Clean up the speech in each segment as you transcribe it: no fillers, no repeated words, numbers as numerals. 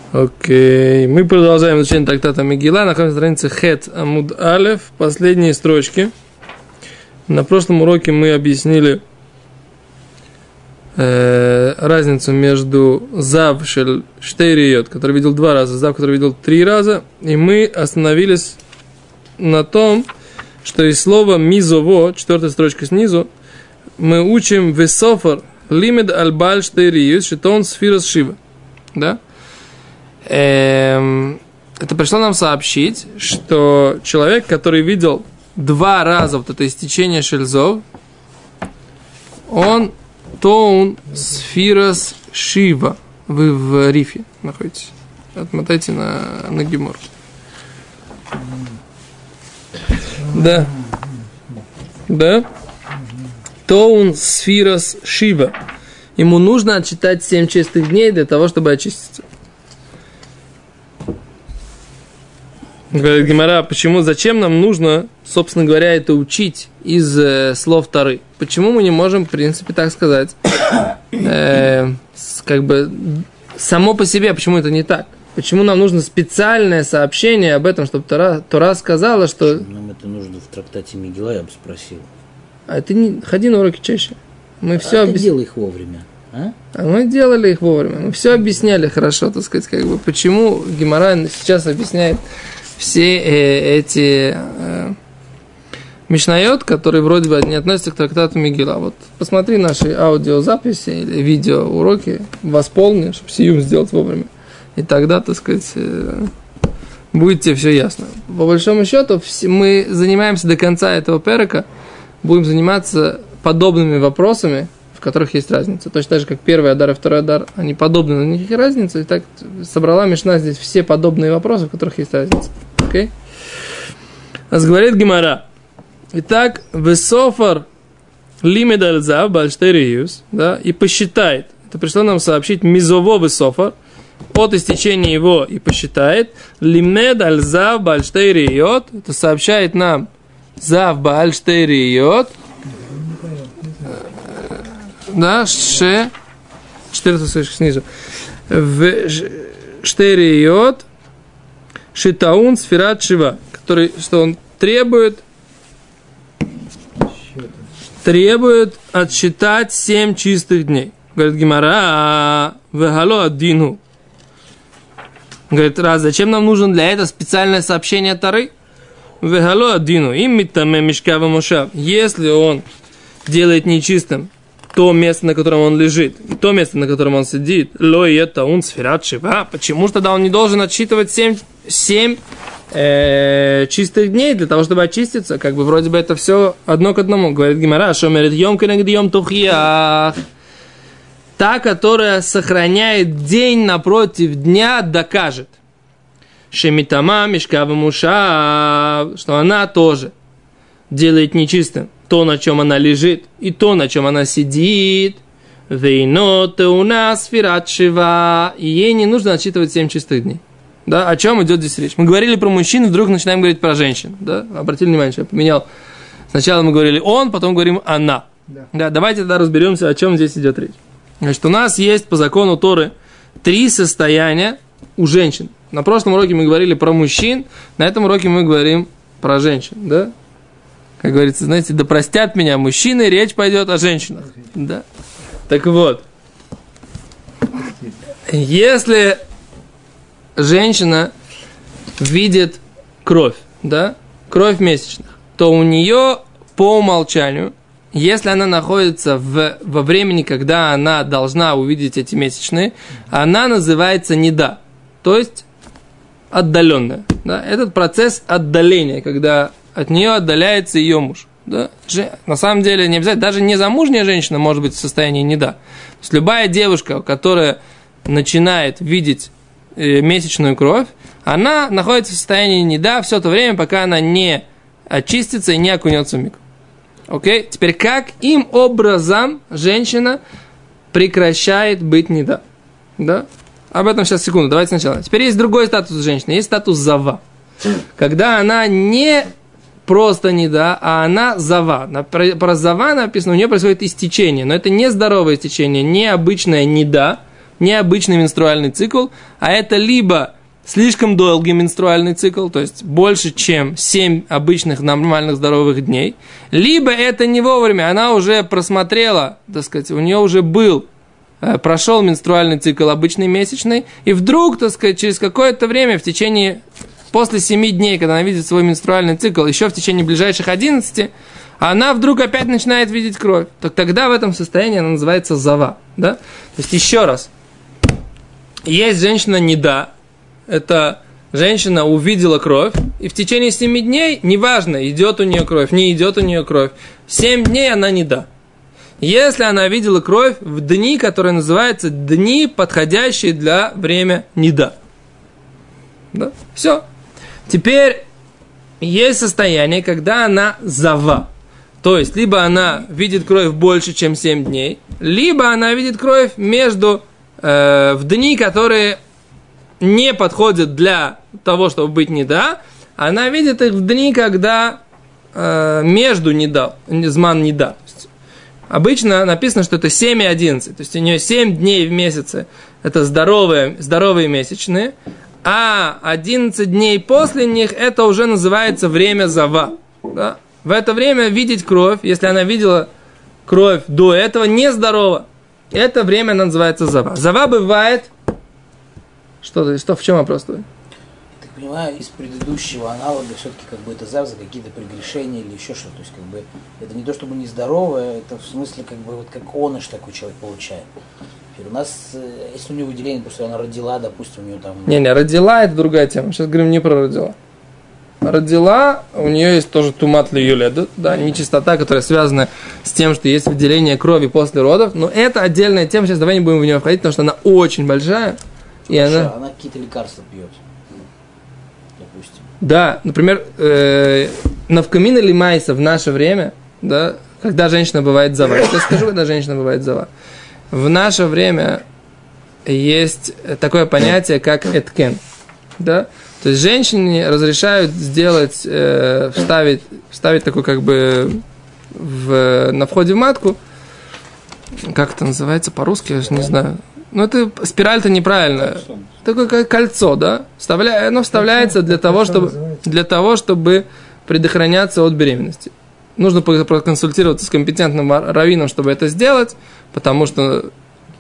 Окей. Мы продолжаем изучение трактата Мегила. Находимся на странице Хет Амуд Алеф. Последние строчки. На прошлом уроке мы объяснили разницу между Зав Штейриот, который видел 2 раза, Зав, который видел 3 раза. И мы остановились на том, что из слова Мизово, 4-я строчка снизу, мы учим Весофар Лимед Аль-Баль Штейриот, Шитон Сфирос Шива. Да? Это пришло нам сообщить, что человек, который видел 2 раза вот это истечение шельзов, он тоун сфирос шива. Вы в рифе находитесь. Отмотайте на гемор. Да. Да. Тоун сфирос шива. Ему нужно отчитать 7 чистых дней для того, чтобы очиститься. Говорит Гемара, почему, зачем нам нужно, собственно говоря, это учить из слов Торы? Почему мы не можем, в принципе, так сказать, как бы само по себе, почему это не так? Почему нам нужно специальное сообщение об этом, чтобы Тора сказала, что... Нам это нужно в трактате Мегила, я бы спросил. А ты не ходи на уроки чаще. Мы все делай их вовремя. А мы делали их вовремя. Мы все объясняли хорошо, так сказать, как бы, почему Гемара сейчас объясняет все эти мишнайот, которые вроде бы не относятся к трактату Мегила. Вот посмотри наши аудиозаписи или видеоуроки, восполни, чтобы сиюм сделать вовремя. И тогда, так сказать, будет тебе все ясно. По большому счету, мы занимаемся до конца этого перека, будем заниматься подобными вопросами, в которых есть разница. Точно так же, как первый адар и второй адар, они подобны, но у них есть разница. И так собрала Мишна здесь все подобные вопросы, в которых есть разница. Окей? Говорит Гемара. Итак, Весофар лимед аль-зав бальштериюс, да, и посчитает. Это пришло нам сообщить Мизово Весофар, от истечения его и посчитает. Лимед аль-зав бальштериот, это сообщает нам зав бальштериот, да, 14 слышишь снизу. В Штериот Шитаун Сфират Шива, который, что он требует отсчитать 7 чистых дней. Говорит Гемара, вехало аддину. Говорит, зачем нам нужно для этого специальное сообщение Торы? Вехало аддину. Им митаме мишкава мошав. Если он делает нечистым то место, на котором он лежит, и то место, на котором он сидит, лой это он сфират шива, почему же тогда он не должен отсчитывать 7 чистых дней для того, чтобы очиститься? Как бы вроде бы это все одно к одному. Говорит Гемара, шомерет йом кенегд йом тухиях. Та, которая сохраняет день напротив дня, докажет. Шемитама мишкава муша, что она тоже делает нечистым то, на чем она лежит, и то, на чем она сидит. Вейноте у нас фират шива. И ей не нужно отсчитывать 7 чистых дней. Да? О чем идет здесь речь? Мы говорили про мужчин, вдруг начинаем говорить про женщин. Да? Обратили внимание, что я поменял. Сначала мы говорили он, потом говорим она. Да, давайте тогда разберемся, о чем здесь идет речь. Значит, у нас есть по закону Торы 3 состояния у женщин. На прошлом уроке мы говорили про мужчин, на этом уроке мы говорим про женщин. Да? Как говорится, знаете, да простят меня мужчины, речь пойдет о женщинах. Да? Так вот, если женщина видит кровь, да, кровь месячных, то у нее по умолчанию, если она находится во времени, когда она должна увидеть эти месячные, она называется неда, то есть отдаленная. Да? Этот процесс отдаления, когда от нее отдаляется ее муж. Да? На самом деле, не обязательно, даже незамужняя женщина может быть в состоянии неда. То есть любая девушка, которая начинает видеть месячную кровь, она находится в состоянии неда все то время, пока она не очистится и не окунется в микву. Окей? Теперь, каким образом женщина прекращает быть неда? Да? Об этом сейчас секунду, давайте сначала. Теперь есть другой статус женщины, есть статус зава. Когда она не просто неда, а она зава. Про зава написано, у нее происходит истечение, но это не здоровое истечение, не обычная неда, необычный менструальный цикл, а это либо слишком долгий менструальный цикл, то есть больше, чем 7 обычных нормальных здоровых дней, либо это не вовремя, она уже просмотрела, так сказать, у нее уже прошел менструальный цикл обычный месячный, и вдруг, так сказать, через какое-то время, после 7 дней, когда она видит свой менструальный цикл, еще в течение ближайших 11, она вдруг опять начинает видеть кровь. Так тогда в этом состоянии она называется зава. Да? То есть еще раз, есть женщина неда, это женщина увидела кровь, и в течение 7 дней, неважно, идет у нее кровь, не идет у нее кровь, 7 дней она неда. Если она видела кровь в дни, которые называются дни, подходящие для время неда. Да? Все. Теперь есть состояние, когда она зава. То есть, либо она видит кровь больше, чем 7 дней, либо она видит кровь в дни, которые не подходят для того, чтобы быть неда, она видит их в дни, когда между неда, зман неда. Обычно написано, что это 7 и 11. То есть у нее 7 дней в месяце это здоровые месячные, а 11 дней после них это уже называется время зава. Да? В это время видеть кровь, если она видела кровь до этого, нездорово. Это время называется зава. Зава бывает... Что, в чем вопрос твой? Так понимаю, из предыдущего аналога все-таки как бы это зав за какие-то прегрешения или еще что-то. То есть как бы это не то чтобы нездоровое, это в смысле как бы вот как оныш такой человек получает. У нас, если у нее выделение, потому что она родила, допустим, у нее там... Не, родила это другая тема. Сейчас говорим не про родила. Родила, у нее есть тоже тумат льюледут, да, нечистота, которая связана с тем, что есть выделение крови после родов, но это отдельная тема, сейчас давай не будем в нее входить, потому что она очень большая. И она какие-то лекарства пьет, допустим. Да, например, навкамин или майса в наше время, да, когда женщина бывает зава. Я скажу, когда женщина бывает зава. В наше время есть такое понятие, как эткен, да. То есть женщине разрешают сделать, вставить такой как бы на входе в матку, как это называется по-русски, я же не знаю. Ну, это спираль-то неправильно. Такое как кольцо, да? Оно вставляется для того, чтобы предохраняться от беременности. Нужно проконсультироваться с компетентным раввином, чтобы это сделать, потому что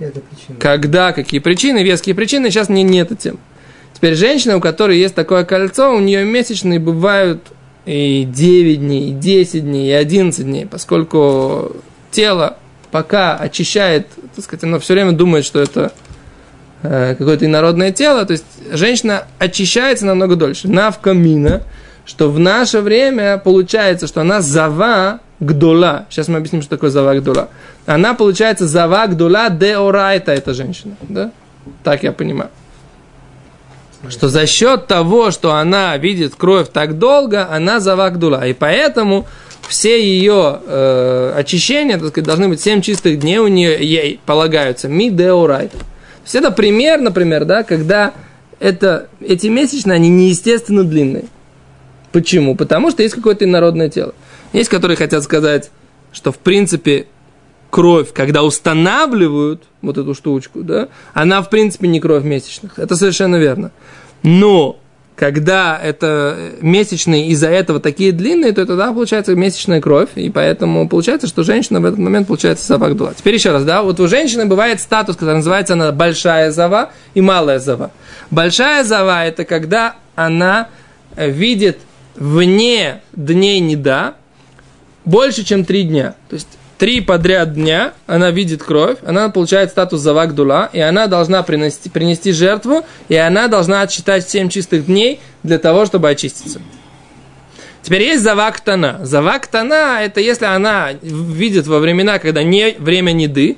какие причины, веские причины, сейчас не эта тема. Теперь женщина, у которой есть такое кольцо, у нее месячные бывают и 9 дней, и 10 дней, и 11 дней, поскольку тело пока очищает, так сказать, оно все время думает, что это какое-то инородное тело, то есть женщина очищается намного дольше. Навкамина, что в наше время получается, что она зава гдола. Сейчас мы объясним, что такое зава гдола. Она получается зава гдола деорайта, эта женщина. Да? Так я понимаю. Что за счет того, что она видит кровь так долго, она зава гдола. И поэтому все ее очищения, так сказать, должны быть 7 чистых дней у нее, ей полагаются. Ми деорайта. То есть это пример, например, да, когда эти месячные, они неестественно длинные. Почему? Потому что есть какое-то инородное тело. Есть, которые хотят сказать, что в принципе кровь, когда устанавливают вот эту штучку, да, она в принципе не кровь месячных. Это совершенно верно. Но когда это месячные из-за этого такие длинные, то тогда получается месячная кровь, и поэтому получается, что женщина в этот момент получается зава гдола. Теперь еще раз, да, вот у женщины бывает статус, который называется она большая зава и малая зава. Большая зава – это когда она видит вне дней неда больше, чем 3 дня. То есть 3 подряд дня она видит кровь, она получает статус зава гдола, и она должна принести жертву, и она должна отсчитать 7 чистых дней для того, чтобы очиститься. Теперь есть зава ктана. Зава ктана – это если она видит во времена, когда не время неды,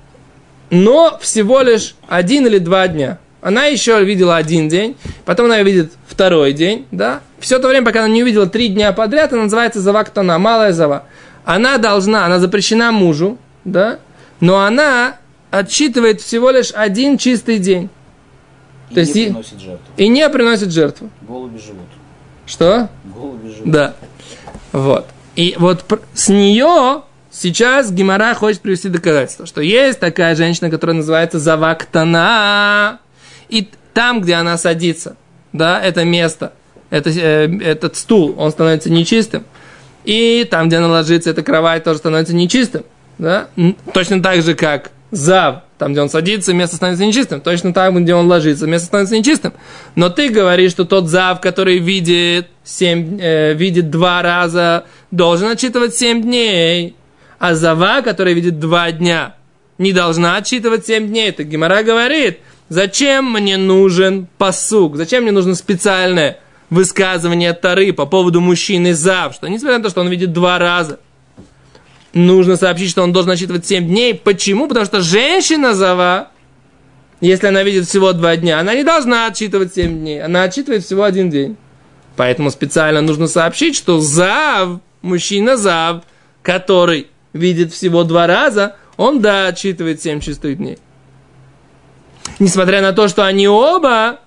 но всего лишь 1 или 2 дня. Она еще видела 1 день, потом она видит 2 день, да? Все то время, пока она не увидела 3 дня подряд, она называется зава ктана, малая зава. Она запрещена мужу, да? Но она отсчитывает всего лишь 1 чистый день. И не приносит жертву. И не приносит жертву. Голуби живут. Что? Голуби живут. Да. Вот. И вот с нее сейчас Гемара хочет привести доказательство, что есть такая женщина, которая называется Завактана, и там, где она садится, да, это место, этот стул, он становится нечистым, и там, где она ложится, эта кровать тоже становится нечистым, да, точно так же, как Зав, там, где он садится, место становится нечистым. Точно там, где он ложится, место становится нечистым. Но ты говоришь, что тот Зав, который видит 2 раза, должен отсчитывать 7 дней. А Зава, который видит 2 дня, не должна отсчитывать 7 дней. Так Гемара говорит, зачем мне нужен пасук? Зачем мне нужно специальное высказывание Торы по поводу мужчины Зав? Что несмотря на то, что он видит 2 раза, нужно сообщить, что он должен отсчитывать 7 дней. Почему? Потому что женщина Зава, если она видит всего 2 дня, она не должна отсчитывать 7 дней. Она отсчитывает всего 1 день. Поэтому специально нужно сообщить, что Зав, мужчина Зав, который видит всего 2 раза, он, да, отсчитывает 7 чистых дней. Несмотря на то, что они оба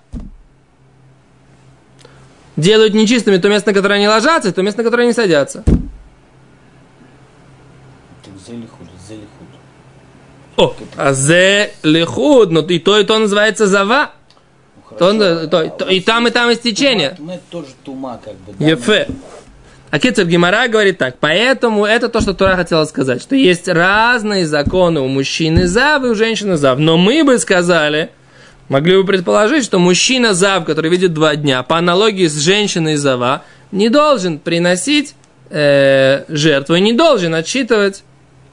делают нечистыми то место, на которое они ложатся, и то место, на которое они садятся. О, а зе лихуд, но и то называется зава. И там истечение. Это тоже тума, как бы. Да? Ефе. А Кицур Гемара говорит так, поэтому это то, что Тора хотела сказать, что есть разные законы у мужчины зав и у женщины зав. Но мы бы сказали, могли бы предположить, что мужчина зав, который видит 2 дня, по аналогии с женщиной зава, не должен приносить жертву и не должен отсчитывать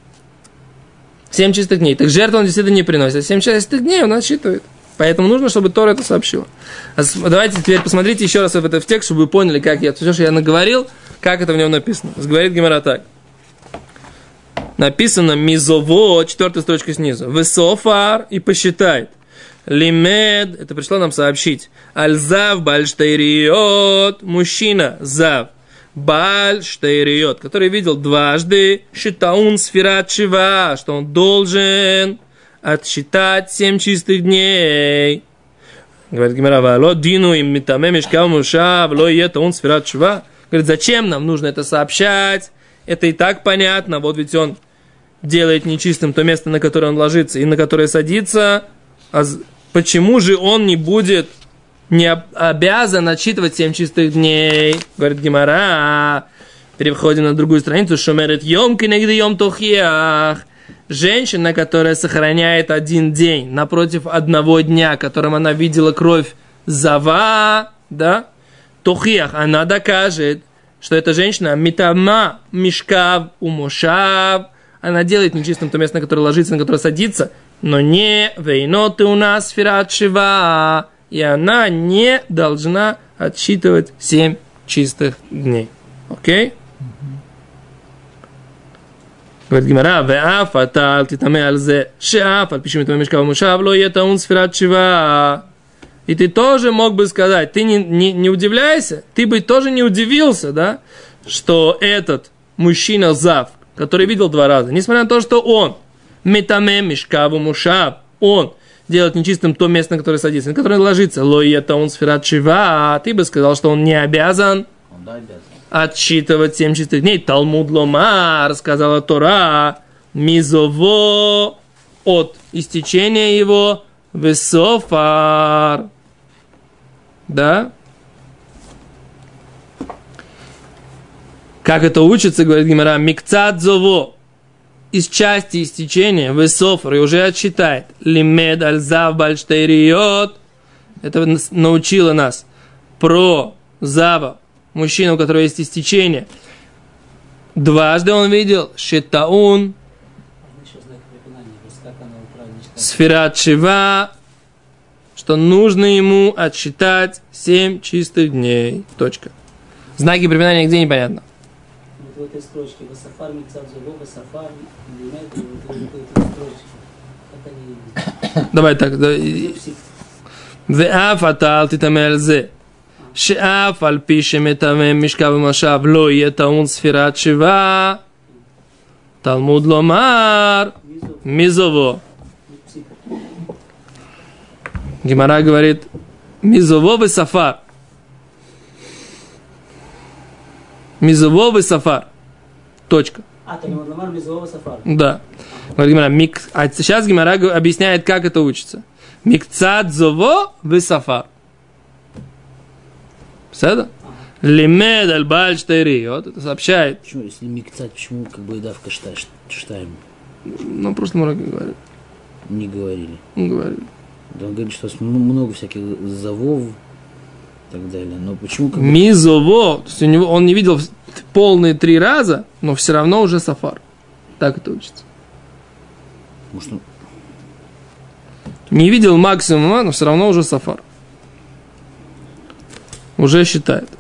7 чистых дней. Так жертву он действительно не приносит. 7 чистых дней он отсчитывает. Поэтому нужно, чтобы Тора это сообщила. Давайте теперь посмотрите еще раз в текст, чтобы вы поняли, как все, что я наговорил, как это в нем написано. Говорит Гемара так. Написано мизово, 4 строчка снизу. Весофар, и посчитает. Лимед, это пришло нам сообщить. Альзав бальштейриот, мужчина, зав. Баль штейриот, который видел дважды, шитаун сферат шива, что он должен отсчитать 7 чистых дней. Говорит Гемара, вало дину им митаме мишкав мушав, ло етаун сферат шива. Говорит, зачем нам нужно это сообщать? Это и так понятно. Вот ведь он делает нечистым то место, на которое он ложится и на которое садится. А почему же он не будет не обязан отсчитывать 7 чистых дней? Говорит Гемара. Переходим на другую страницу. Шомерет йом кенегды йом тохиях. Женщина, которая сохраняет 1 день напротив 1 дня, которым она видела кровь зава, да, тохиях, она докажет, что эта женщина митама мишкав умошав, она делает нечистым то место, на которое ложится, на которое садится, но не вейноты у нас сферат шива, и она не должна отсчитывать 7 чистых дней. Окей? Говорит Гемара, веаф атал титаме алзе шеаф аль пишем титаме мишкав мушав ло етаун сферат шива. И ты тоже мог бы сказать, ты не удивляйся, ты бы тоже не удивился, да, что этот мужчина зав, который видел 2 раза, несмотря на то, что он метаме мишкав мушав, он делает нечистым то место, на которое садится, на которое ложится, ло етаун сферат шива, ты бы сказал, что он не обязан. Он да, обязан Отсчитывать 7 чистых дней. Талмуд ломар, сказала Тора, мизово, от истечения его, весофар. Да? Как это учится, говорит Гемара, микцат зово, из части истечения, весофар, и уже отсчитает. Лимед альзав бальштейриот, это научило нас про зава, мужчина, у которого есть истечение. 2 он видел шитаун, сферат шива, что нужно ему отсчитать 7 чистых дней. Точка. Знаки препинания нигде непонятно. В этой строчке васафар микцат зубо, васафар лимед, в этой строчке. Как они... Давай так. Веаф атал титаме алзе. שאף על פי שמטמא משכב ומשאב לא יהיה טעון ספירת שבעה, תלמוד לומר מזובו. Гемара говорит мизово весафар. Мизово весафар. Точка. так нормально мизова сафар. Да. Говорит Гемара, а сейчас Гемара объясняет, как это учится. Микцат зово высафар. Все? Лимед аль-баль штейриот. Это сообщает. Почему, если микцать, почему как бы и давка штайм? Ну, просто мы говорили. Не говорили. Не говорили. Да, он говорит, что много всяких завов и так далее. Но почему как бы... Мизово. То есть у него, он не видел полные 3 раза, но все равно уже сафар. Так это учится. Может, он... Не видел максимума, но все равно уже сафар. Уже считает.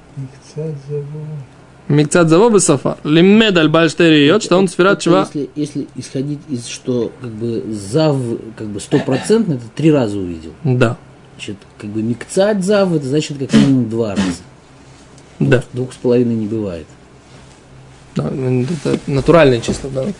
Микцат завов и сафар. Лимед аль-баль штейриот, что он сферат чува. Если исходить из, что как бы зав, как бы 100%, это 3 раза увидел. Да. Значит, как бы микцат зав, это значит как минимум 2 раза. Да. 2,5 не бывает. Да, это натуральные числа в данном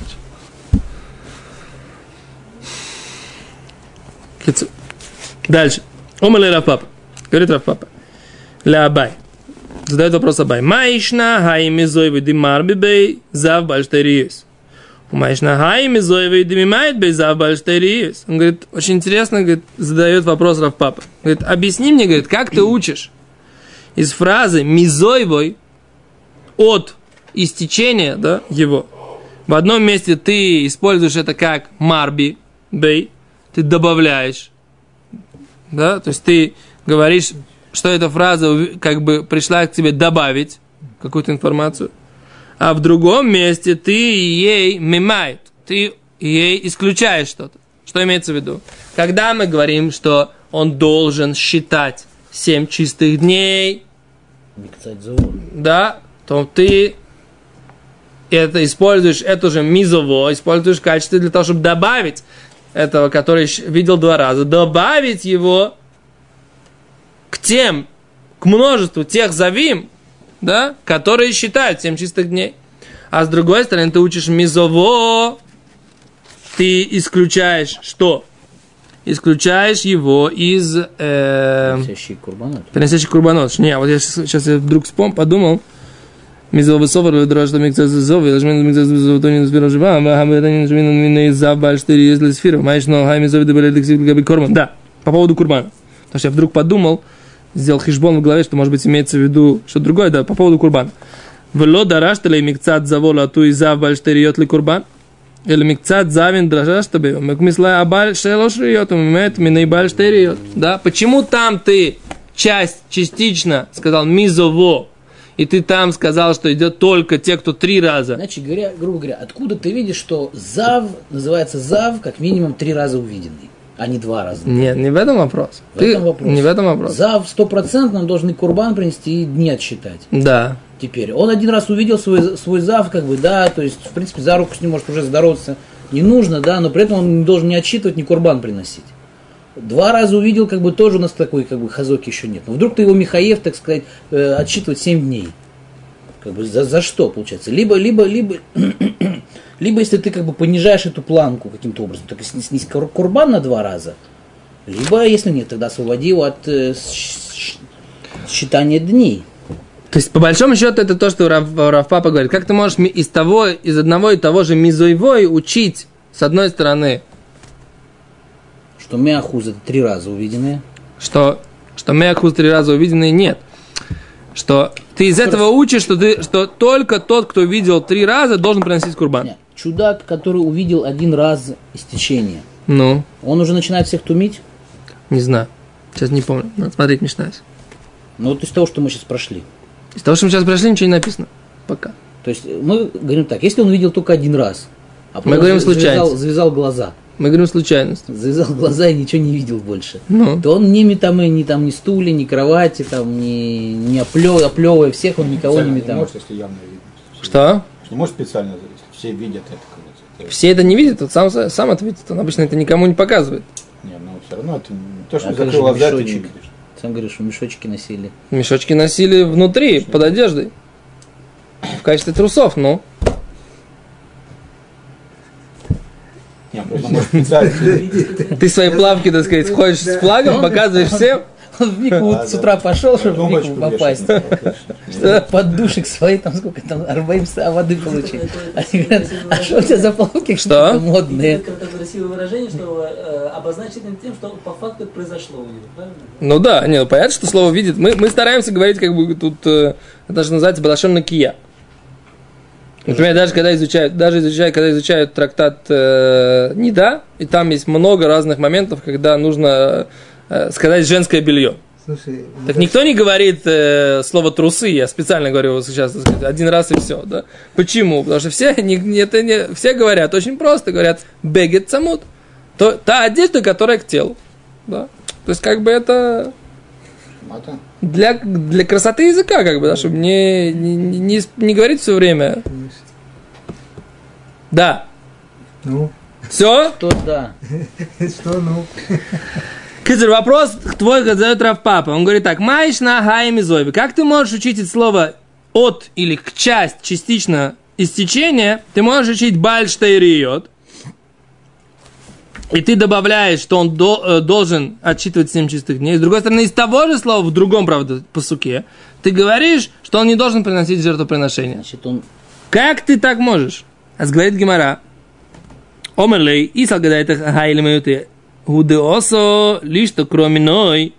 случае. Дальше. Омалей Раф-папа. Говорит Раф-папа. Ля Абай. Задает вопрос Абай. Маишна хайми зойвы димар бибей зав бальштериес. Маишна хайми зойвы димимает бей зав бальштериес. Он говорит, очень интересно, говорит, задает вопрос Раф-папа. Говорит, объясни мне, говорит, как ты учишь из фразы мизойвой от истечения, да, его. В одном месте ты используешь это как марби, бей, ты добавляешь, да, то есть ты говоришь, что эта фраза как бы пришла к тебе добавить какую-то информацию, а в другом месте ты ей мимает, ты ей исключаешь что-то. Что имеется в виду? Когда мы говорим, что он должен считать 7 чистых дней, да, то ты это используешь, эту же мизово, используешь в качестве для того, чтобы добавить этого, который видел 2 раза, добавить его к множеству тех завим, да, которые считают 7 чистых дней. А с другой стороны, ты учишь мизово, ты исключаешь что? Исключаешь его из... Приносящих курбанот. Не, вот я сейчас вдруг подумал, мизово высовар, дрожь, что микцат зазов, и ложмен микцат зазов, то не сфера жива, а хамбетанин жмин на иззав бальштыри, если сфера, маешь, но хай мизово дебелет лексик габи курбан. Да, по поводу курбана. Потому что я вдруг подумал, сделал хишбон в голове, что, может быть, имеется в виду что-то другое, да, по поводу курбана. Вло дарашталей микцат завола, а ту иззав бальштыри йот ли курбан. Или микцат завин дрожаштабе, мекмисла абаль шелош риот, умеет миней бальштыри риот. Да, почему там ты частично сказал мизово, и ты там сказал, что идет только те, кто 3 раза. Значит, грубо говоря, откуда ты видишь, что зав называется зав как минимум 3 раза увиденный, а не 2 раза? Нет, не в этом вопрос. Не в этом вопрос. Зав 100% он должен и курбан принести, и дни отсчитать. Да. Теперь, он один раз увидел свой зав, как бы, да, то есть, в принципе, за руку с ним, может, уже здороваться не нужно, да, но при этом он должен не отсчитывать, ни курбан приносить. 2 раза увидел, как бы, тоже у нас такой, как бы, хазоки еще нет. Но вдруг ты его, Михаев, так сказать, отсчитывать 7 дней. Как бы, за что, получается? Либо, если ты, как бы, понижаешь эту планку каким-то образом, так снизь курбан на 2 раза, либо, если нет, тогда освободи его от считания дней. То есть, по большому счету, это то, что Раф-папа говорит. Как ты можешь из одного и того же мизойвой учить, с одной стороны, что меахуз это 3 раза увиденные. Что меахуз 3 раза увиденные нет. Что ты из этого учишь, что только тот, кто видел 3 раза, должен приносить курбан. Нет. Чудак, который увидел 1 раз истечение, ну, он уже начинает всех тумить? Не знаю. Сейчас не помню. Надо смотреть Мишнайс. Ну, вот из того, что мы сейчас прошли. Из того, что мы сейчас прошли, ничего не написано. Пока. То есть мы говорим так, если он видел только 1 раз, а мы говорим случайность. Завязал глаза. Мы говорим случайность. Завязал глаза и ничего не видел больше. Ну. То он ни метамы, ни стулья, ни кровати, там, ни оплевывая всех, он никого не метамы. Не может, если явно видно. Что? Не может специально, если все видят это. Все это не видят, он сам это видит. Он обычно это никому не показывает. Не, ну все равно это то, что закрыл глаза, ты не видишь. Сам говоришь, что мешочки носили. Мешочки носили внутри, под одеждой. В качестве трусов, ну. Не, просто может специально. Ты свои плавки, так сказать, ходишь с флагом, показываешь всем. Он в микву с утра пошел, чтобы в микву попасть. Под душик свои, там сколько там, 40 воды получить. Они говорят, а что у тебя за плавки что модные? Это красивое выражение, что обозначить тем, что по факту произошло у него, правильно? Ну да, понятно, что слово видит. Мы стараемся говорить, как бы тут, это же называется балашон накия. Например, даже когда изучают трактат Нида, и там есть много разных моментов, когда нужно сказать женское белье. Слушай, так никто не говорит слово трусы, я специально говорю сейчас, так сказать, один раз и все. Да? Почему? Потому что все говорят очень просто, говорят бегет самут, та одежда, которая к телу. Да? То есть как бы это для красоты языка, как бы, да, чтобы не говорить все время. Да. Ну? Все? Что да? Что ну? Кизер, вопрос твой задает Рав Папа. Он говорит так: Майшна хайми зойби. Как ты можешь учить это слово от или к часть, частично истечения? Ты можешь учить бальштейриот. И ты добавляешь, что он должен отсчитывать 7 чистых дней. С другой стороны, из того же слова, в другом, правда, пасуке, ты говоришь, что он не должен приносить жертвоприношение. Значит, он... Как ты так можешь? Говорит Гемара. Омерлей, и салгадает хайлимаюты гудеосо, лишь то кроме ной.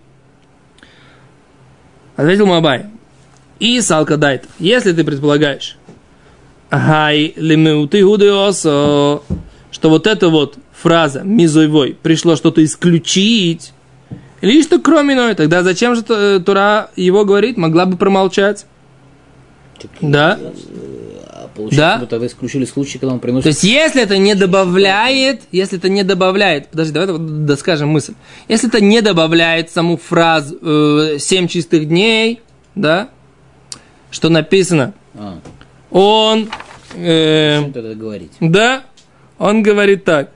Ответил Мабай. И салгадает. Если ты предполагаешь хайлимаюты гудеосо, что вот эта вот фраза мизойвой пришло что-то исключить, лишь то кроме ной, тогда зачем же Тора его говорит? Могла бы промолчать. Да? Получается, будто вы исключили случай, когда он приносит... То есть, если это не добавляет, подожди, давай доскажем мысль. Если это не добавляет саму фразу 7 чистых дней, да, что написано, он... Зачем тогда говорить? Да, он говорит так.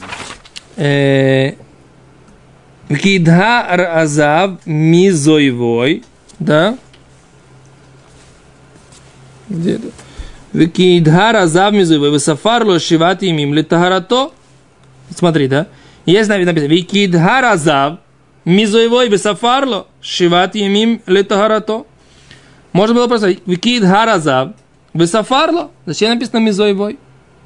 Кидха разав мизойвой, да? Где это? Викидха разав мизойвой, высафарло шиват имим литахарато. Смотри, да? Есть написано, викидха разав мизойвой, высафарло шиват имим литахарато. Можно было просто викидха разав высафарло. Зачем написано мизойвой?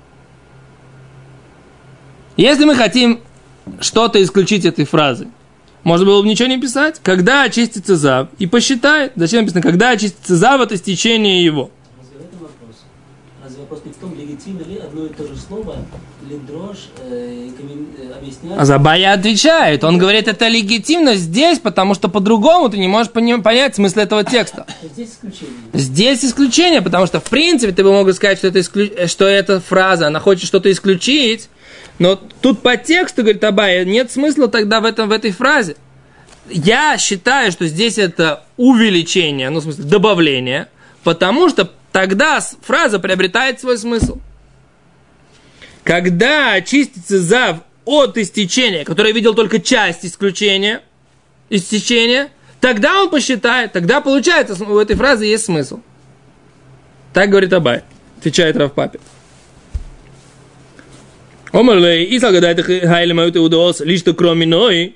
Если мы хотим что-то исключить этой фразы, можно было бы ничего не писать. Когда очистится зав и посчитает. Зачем написано? Когда очистится зав от истечения его. Разве в этом вопрос? Разве вопрос не в том, легитимно ли одно и то же слово лидрош объяснять? Азабая отвечает. Он говорит, это легитимно здесь, потому что по-другому ты не можешь понять смысл этого текста. Здесь исключение. Здесь исключение, потому что в принципе ты бы мог сказать, что эта фраза, она хочет что-то исключить. Но тут по тексту, говорит Абай, нет смысла тогда в этой фразе. Я считаю, что здесь это увеличение, ну, в смысле, добавление, потому что тогда фраза приобретает свой смысл. Когда очистится зав от истечения, который видел только часть истечения, тогда он посчитает, тогда получается, у этой фразы есть смысл. Так говорит Абай, отвечает Рав Папе. Омерлей, и салгадает хайлимают иудоос, лишь то кроме ной.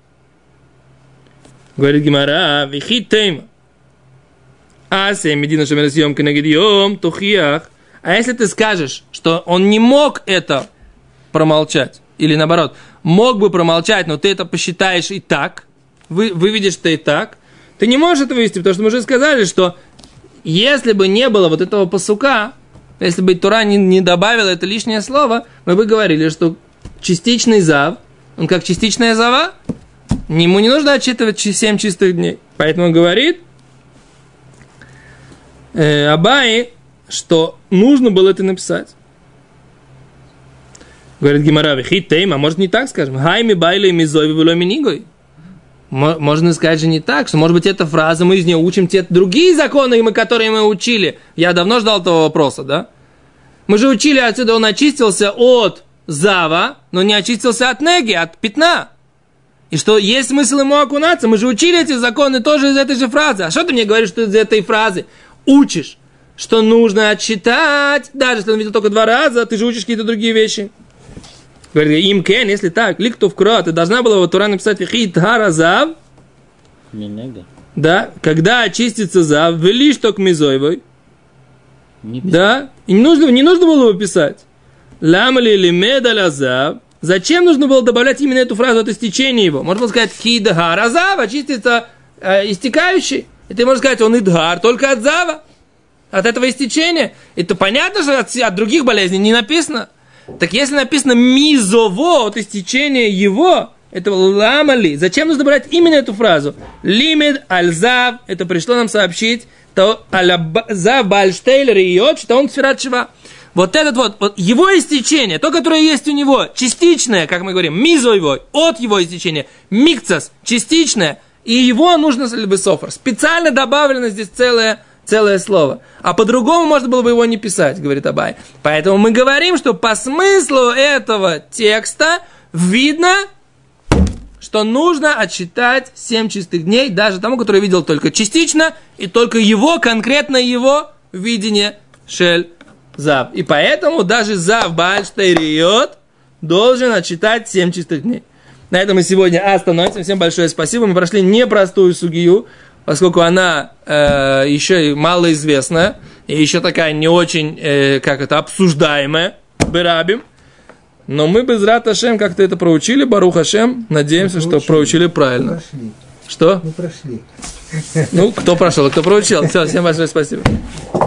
Говорит Гемара, вихит тейма. Асе медина шамерасьем кенегидьем тухиях. А если ты скажешь, что он не мог это промолчать, или наоборот, мог бы промолчать, но ты это посчитаешь и так, выведешь это и так, ты не можешь это вывести, потому что мы уже сказали, что если бы не было вот этого пасука, если бы Тора не добавила это лишнее слово, мы бы говорили, что частичный зав, он как частичная зава, ему не нужно отчитывать 7 чистых дней. Поэтому он говорит Абай, что нужно было это написать. Говорит Гемара, хит тейма, может не так скажем? Хайми байли мизой вилой минигой. Можно сказать же не так, что, может быть, эта фраза, мы из нее учим те другие законы, которые мы учили. Я давно ждал этого вопроса, да? Мы же учили отсюда, он очистился от зава, но не очистился от неги, от пятна. И что есть смысл ему окунаться. Мы же учили эти законы тоже из этой же фразы. А что ты мне говоришь, что из этой фразы учишь, что нужно отсчитать, даже если он видел только 2 раза, ты же учишь какие-то другие вещи. Говорит, им кен, если так, ликтов кра, ты должна была в Тура написать хит харазав Да, когда очистится зав, велишь ток мизойвой. Да, и не нужно было его писать. Ламали или медаля зав. Зачем нужно было добавлять именно эту фразу от истечения его? Можно было сказать кидгар, а зав очистится истекающий. И ты можешь сказать, он идгар только от зава, от этого истечения. Это понятно, что от других болезней не написано. Так если написано мизово от истечения его, это ламали. Зачем нужно брать именно эту фразу? Лимит аль-зав, это пришло нам сообщить, то аль-зав бальштейлер и йод, что он сферат шива. Вот этот вот его истечение, то, которое есть у него, частичное, как мы говорим, мизо его, от его истечения, микцас, частичное, и его нужно софр. Специально добавлено здесь целое слово. А по-другому можно было бы его не писать, говорит Абай. Поэтому мы говорим, что по смыслу этого текста видно, что нужно отсчитать 7 чистых дней, даже тому, который видел только частично, и только его, конкретно его видение шель зав. И поэтому даже зав бальштейриот должен отсчитать 7 чистых дней. На этом мы сегодня остановимся. Всем большое спасибо. Мы прошли непростую сугию, поскольку она еще и малоизвестная, и еще такая не очень, обсуждаемая, берабим. Но мы без рат Ашем как-то это проучили, Барух Ашем. Надеемся, что проучили правильно. Прошли. Что? Мы прошли. Ну, кто прошел, кто проучил. Все, всем большое спасибо.